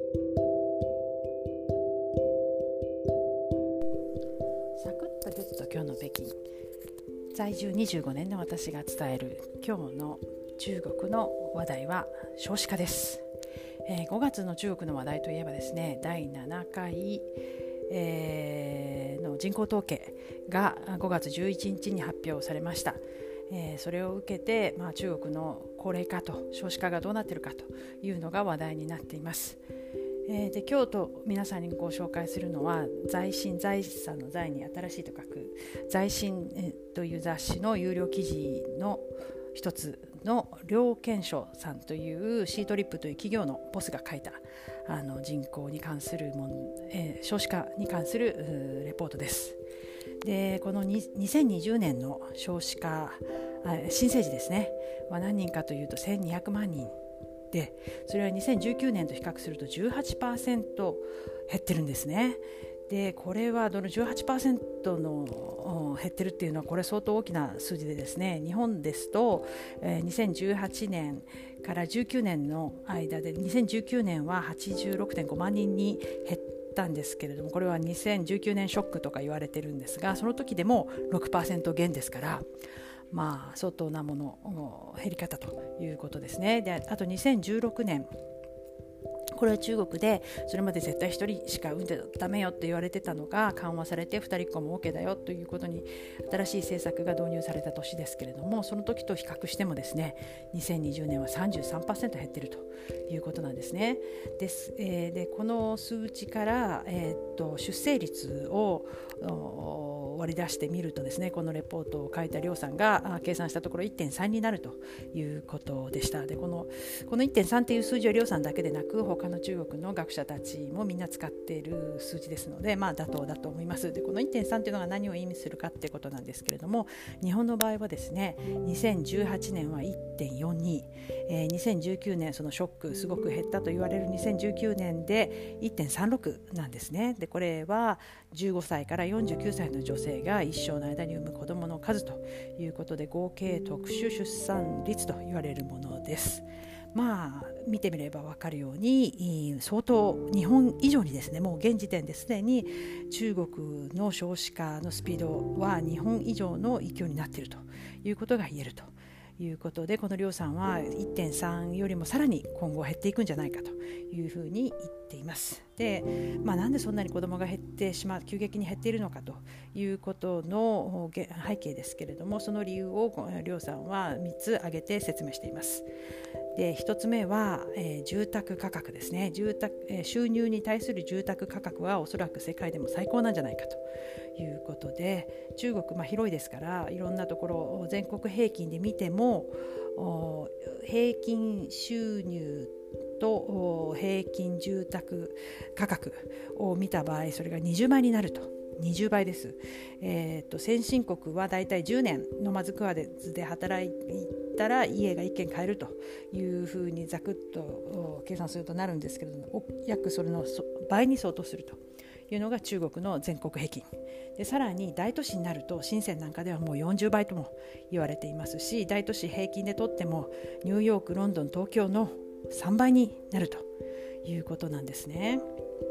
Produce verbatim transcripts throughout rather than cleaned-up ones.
サクッとルツと今日の北京、在住にじゅうごねんの私が伝える今日の中国の話題は少子化です。えー、ごがつの中国の話題といえばですね、だいななかい、えー、の人口統計がごがつじゅういちにちに発表されました。えー、それを受けて、まあ、中国の高齢化と少子化がどうなっているかというのが話題になっています。えー、で今日と皆さんにご紹介するのは、財新、財産の財に新しいと書く財新という雑誌の有料記事の一つの梁健章さんというシートリップという企業のボスが書いたあの人口に関するもん、えー、少子化に関するレポートです。でこのにせんにじゅうねんの少子化新生児ですねは何人かというとせんにひゃくまんにんで、それはにせんじゅうきゅうねんと比較すると じゅうはちパーセント 減ってるんですね。でこれはどの じゅうはちパーセント の減ってるっていうのはこれ相当大きな数字でですね、日本ですと、えー、にせんじゅうはちねんからじゅうきゅうねんの間でにせんじゅうきゅうねんは はちじゅうろくてんごまんにんに減ったんですけれども、これはにせんじゅうきゅうねんショックとか言われてるんですが、その時でも ろくパーセント 減ですから、まあ相当なもの減り方ということですね。であとにせんじゅうろくねん、これは中国でそれまで絶対ひとりしか産んでダメよって言われてたのが緩和されてふたりっ子も OK だよということに新しい政策が導入された年ですけれども、その時と比較してもですね、にせんにじゅうねんは さんじゅうさんパーセント 減っているということなんですね。です、えー、でこの数値から、えー、っと出生率を割り出してみるとですね、このレポートを書いた梁さんが計算したところ いってんさん になるということでした。でこの、この いってんさん という数字は梁さんだけでなく他の中国の学者たちもみんな使っている数字ですので、まあ、妥当だと思います。でこの いってんさん というのが何を意味するかということなんですけれども、日本の場合はですね、にせんじゅうはちねんは いってんよんに、えー、にせんじゅうきゅうねん、そのショックすごく減ったと言われるにせんじゅうきゅうねんで いってんさんろく なんですね。でこれはじゅうごさいからよんじゅうきゅうさいの女性が一生の間に産む子どもの数ということで、合計特殊出産率と言われるものです。まあ見てみれば分かるように相当日本以上にですね、もう現時点ですでに中国の少子化のスピードは日本以上の勢いになっているということが言えるということで、この梁さんは いってんさん よりもさらに今後減っていくんじゃないかというふうに言っています。で、まあ、なんでそんなに子どもが減ってしまう、急激に減っているのかということの背景ですけれども、その理由を梁さんはみっつ挙げて説明しています。でひとつめは、えー、住宅価格ですね。住宅、えー、収入に対する住宅価格はおそらく世界でも最高なんじゃないかということで、中国、まあ、広いですからいろんなところ全国平均で見ても平均収入と平均住宅価格を見た場合、それがにじゅうばいになると。にじゅうばいです。えー、と先進国はだいたいじゅうねん飲まず食わずで働いたら家がいっけん買えるというふうにざくっと計算するとなるんですけれども、約それの倍に相当するというのが中国の全国平均で、さらに大都市になると深センなんかではもうよんじゅうばいとも言われていますし、大都市平均でとってもニューヨーク、ロンドン、東京のさんばいになるということなんですね。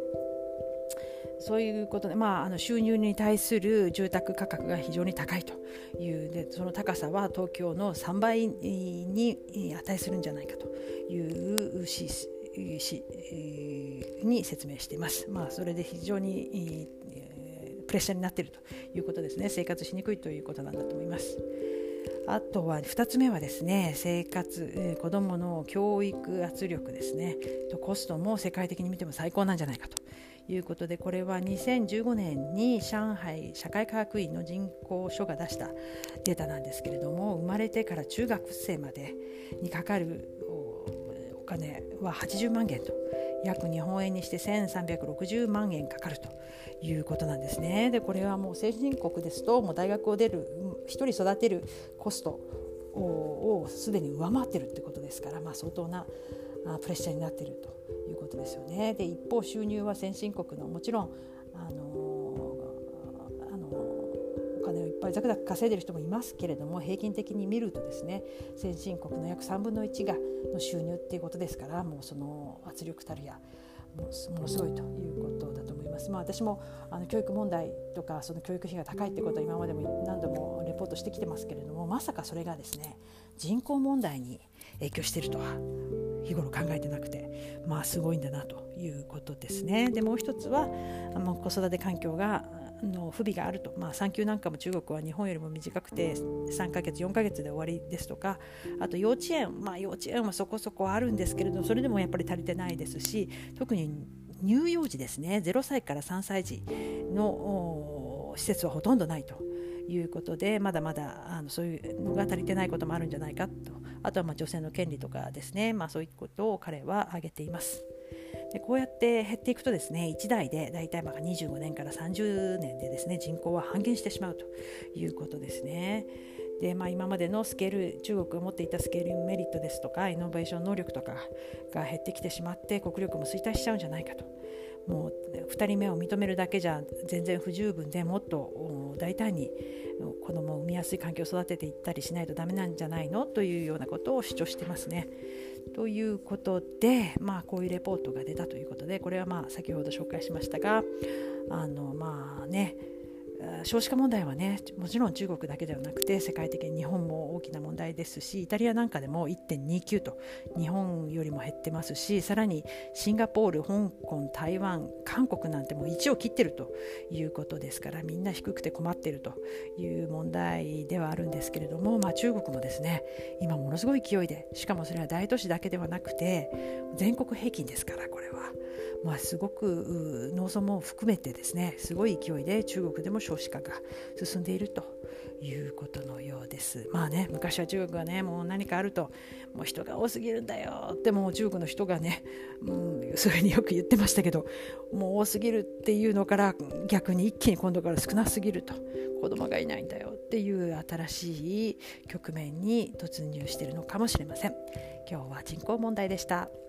そういうことで、まあ、あの収入に対する住宅価格が非常に高いというで、その高さは東京のさんばいに値するんじゃないかというししに説明しています。まあ、それで非常にプレッシャーになっているということですね。生活しにくいということなんだと思います。あとはふたつめはですね、生活、えー、子どもの教育圧力ですねと、コストも世界的に見ても最高なんじゃないかということで、これはにせんじゅうごねんに上海社会科学院の人口書が出したデータなんですけれども、生まれてから中学生までにかかるお金ははちじゅうまんげんと、約日本円にしてせんさんびゃくろくじゅうまんえんかかるということなんですね。でこれはもう先進国ですと、もう大学を出る一人育てるコストをすでに上回っているということですから、まあ、相当なプレッシャーになっているということですよね。で一方収入は先進国のもちろんあのあのお金をいっぱいざくざく稼いでいる人もいますけれども、平均的に見るとですね、先進国の約さんぶんのいちがの収入っていうことですから、もうその圧力たるやものすごいということだと思います。まあ、私もあの教育問題とかその教育費が高いってことは今までも何度もレポートしてきてますけれども、まさかそれがですね人口問題に影響しているとは日頃考えてなくて、まあすごいんだなということですね。でもう一つはもう子育て環境がの不備があると、まあ、産休なんかも中国は日本よりも短くてさんかげつよんかげつで終わりですとか、あと幼稚園、まあ、幼稚園はそこそこあるんですけれどそれでもやっぱり足りてないですし、特に乳幼児ですね、ゼロさいからさんさい児の施設はほとんどないということで、まだまだあのそういうのが足りてないこともあるんじゃないかと。あとはまあ女性の権利とかですね、まあ、そういうことを彼は挙げています。でこうやって減っていくとですね、いち代でだいたいまあにじゅうごねんからさんじゅうねんでですね人口は半減してしまうということですね。で、まあ、今までのスケール、中国が持っていたスケールメリットですとかイノベーション能力とかが減ってきてしまって国力も衰退しちゃうんじゃないかと。もうふたりめを認めるだけじゃ全然不十分で、もっと大胆に子供を産みやすい環境を育てていったりしないとダメなんじゃないのというようなことを主張してますね。ということで、まあ、こういうレポートが出たということで、これはまあ先ほど紹介しましたが、あのまあね少子化問題はね、もちろん中国だけではなくて世界的に日本も大きな問題ですし、イタリアなんかでも いってんにきゅう と日本よりも減ってますし、さらにシンガポール、香港、台湾、韓国なんてもういちを切ってるということですから、みんな低くて困っているという問題ではあるんですけれども、まあ、中国もですね今ものすごい勢いで、しかもそれは大都市だけではなくて全国平均ですから、これはまあ、すごく農村も含めてですねすごい勢いで中国でも少子化が進んでいるということのようです。まあね、昔は中国はねもう何かあるともう人が多すぎるんだよって、もう中国の人がね、うん、それによく言ってましたけど、もう多すぎるっていうのから逆に一気に今度から少なすぎると、子供がいないんだよっていう新しい局面に突入しているのかもしれません。今日は人口問題でした。